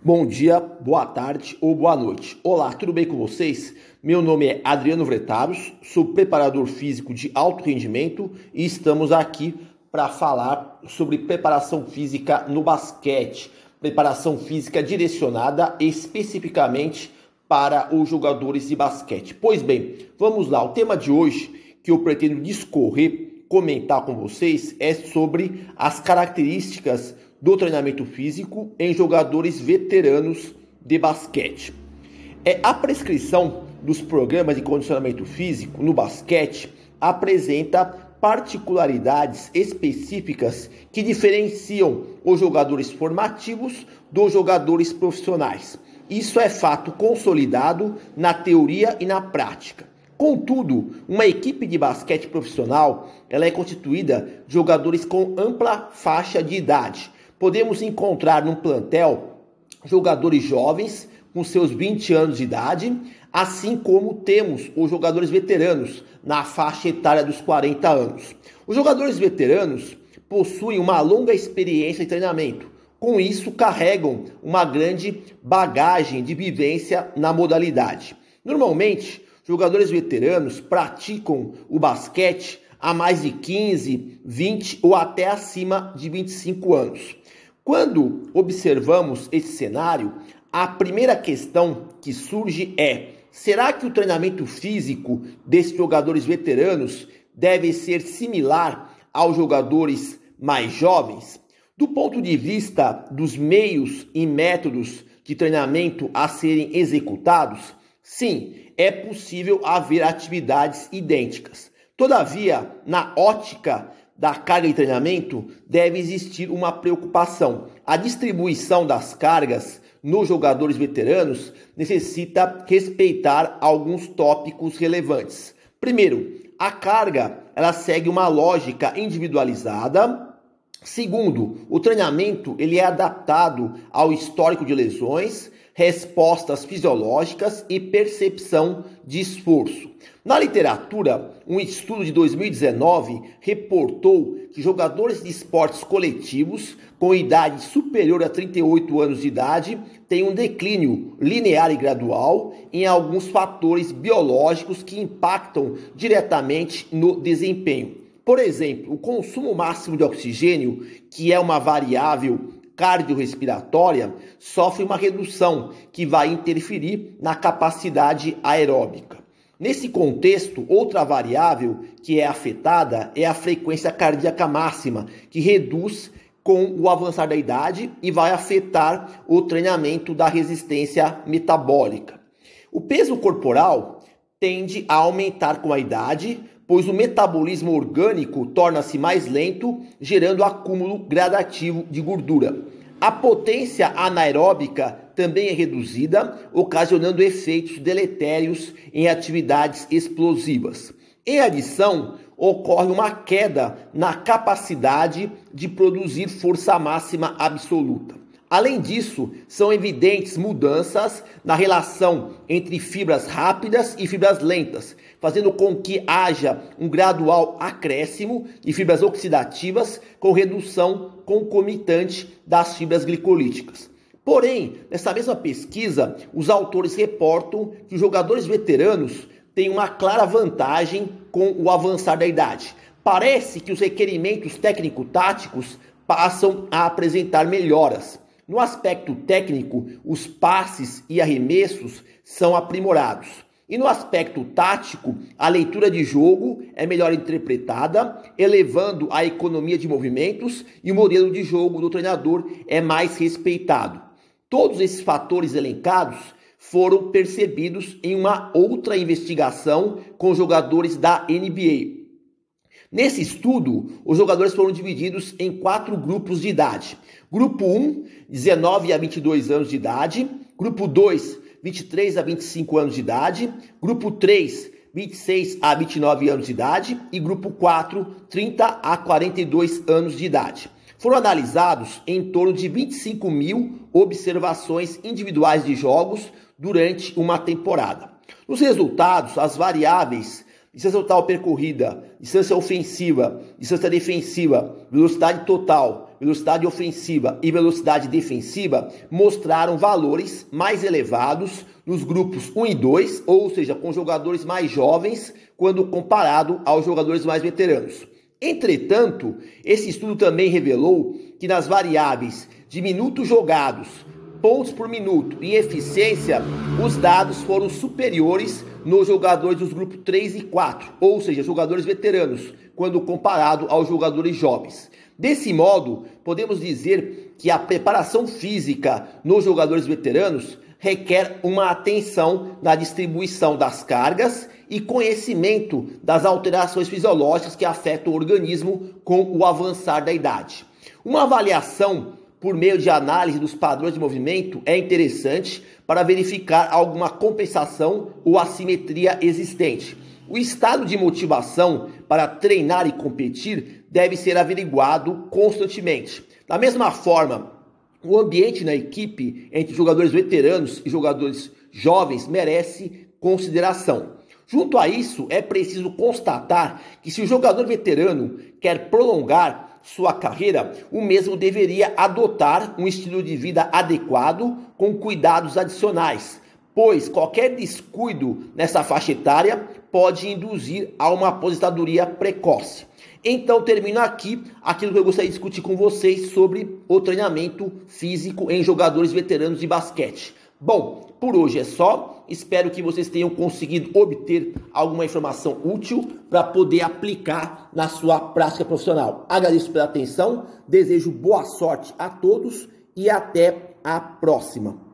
Bom dia, boa tarde ou boa noite. Olá, tudo bem com vocês? Meu nome é Adriano Vretaros, sou preparador físico de alto rendimento e estamos aqui para falar sobre preparação física no basquete. Preparação física direcionada especificamente para os jogadores de basquete. Pois bem, vamos lá. O tema de hoje que eu pretendo discorrer, comentar com vocês é sobre as características do treinamento físico em jogadores veteranos de basquete. A prescrição dos programas de condicionamento físico no basquete apresenta particularidades específicas que diferenciam os jogadores formativos dos jogadores profissionais. Isso é fato consolidado na teoria e na prática. Contudo, uma equipe de basquete profissional ela é constituída de jogadores com ampla faixa de idade. Podemos encontrar num plantel jogadores jovens com seus 20 anos de idade, assim como temos os jogadores veteranos na faixa etária dos 40 anos. Os jogadores veteranos possuem uma longa experiência de treinamento. Com isso, carregam uma grande bagagem de vivência na modalidade. Normalmente, jogadores veteranos praticam o basquete há mais de 15, 20 ou até acima de 25 anos. Quando observamos esse cenário, a primeira questão que surge é: será que o treinamento físico desses jogadores veteranos deve ser similar aos jogadores mais jovens? Do ponto de vista dos meios e métodos de treinamento a serem executados, sim, é possível haver atividades idênticas. Todavia, na ótica da carga de treinamento, deve existir uma preocupação. A distribuição das cargas nos jogadores veteranos necessita respeitar alguns tópicos relevantes. Primeiro, a carga ela segue uma lógica individualizada. Segundo, o treinamento ele é adaptado ao histórico de lesões, respostas fisiológicas e percepção de esforço. Na literatura, um estudo de 2019 reportou que jogadores de esportes coletivos com idade superior a 38 anos de idade têm um declínio linear e gradual em alguns fatores biológicos que impactam diretamente no desempenho. Por exemplo, o consumo máximo de oxigênio, que é uma variável cardiorrespiratória, sofre uma redução que vai interferir na capacidade aeróbica. Nesse contexto, outra variável que é afetada é a frequência cardíaca máxima, que reduz com o avançar da idade e vai afetar o treinamento da resistência metabólica. O peso corporal tende a aumentar com a idade, pois o metabolismo orgânico torna-se mais lento, gerando acúmulo gradativo de gordura. A potência anaeróbica também é reduzida, ocasionando efeitos deletérios em atividades explosivas. Em adição, ocorre uma queda na capacidade de produzir força máxima absoluta. Além disso, são evidentes mudanças na relação entre fibras rápidas e fibras lentas, fazendo com que haja um gradual acréscimo de fibras oxidativas com redução concomitante das fibras glicolíticas. Porém, nessa mesma pesquisa, os autores reportam que os jogadores veteranos têm uma clara vantagem com o avançar da idade. Parece que os requerimentos técnico-táticos passam a apresentar melhoras. No aspecto técnico, os passes e arremessos são aprimorados. E no aspecto tático, a leitura de jogo é melhor interpretada, elevando a economia de movimentos, e o modelo de jogo do treinador é mais respeitado. Todos esses fatores elencados foram percebidos em uma outra investigação com jogadores da NBA. Nesse estudo, os jogadores foram divididos em 4 grupos de idade. Grupo 1, 19 a 22 anos de idade. Grupo 2, 23 a 25 anos de idade. Grupo 3, 26 a 29 anos de idade. E grupo 4, 30 a 42 anos de idade. Foram analisados em torno de 25 mil observações individuais de jogos durante uma temporada. Nos resultados, as variáveis distância total percorrida, distância ofensiva, distância defensiva, velocidade total, velocidade ofensiva e velocidade defensiva, mostraram valores mais elevados nos grupos 1 e 2, ou seja, com jogadores mais jovens, quando comparado aos jogadores mais veteranos. Entretanto, esse estudo também revelou que nas variáveis de minutos jogados, pontos por minuto e eficiência, os dados foram superiores nos jogadores dos grupos 3 e 4, ou seja, jogadores veteranos, quando comparado aos jogadores jovens. Desse modo, podemos dizer que a preparação física nos jogadores veteranos requer uma atenção na distribuição das cargas e conhecimento das alterações fisiológicas que afetam o organismo com o avançar da idade. Uma avaliação por meio de análise dos padrões de movimento é interessante para verificar alguma compensação ou assimetria existente. O estado de motivação para treinar e competir deve ser averiguado constantemente. Da mesma forma, o ambiente na equipe entre jogadores veteranos e jogadores jovens merece consideração. Junto a isso, é preciso constatar que se o jogador veterano quer prolongar sua carreira, o mesmo deveria adotar um estilo de vida adequado com cuidados adicionais, pois qualquer descuido nessa faixa etária pode induzir a uma aposentadoria precoce. Então termino aqui aquilo que eu gostaria de discutir com vocês sobre o treinamento físico em jogadores veteranos de basquete. Bom, por hoje é só. Espero que vocês tenham conseguido obter alguma informação útil para poder aplicar na sua prática profissional. Agradeço pela atenção, desejo boa sorte a todos e até a próxima.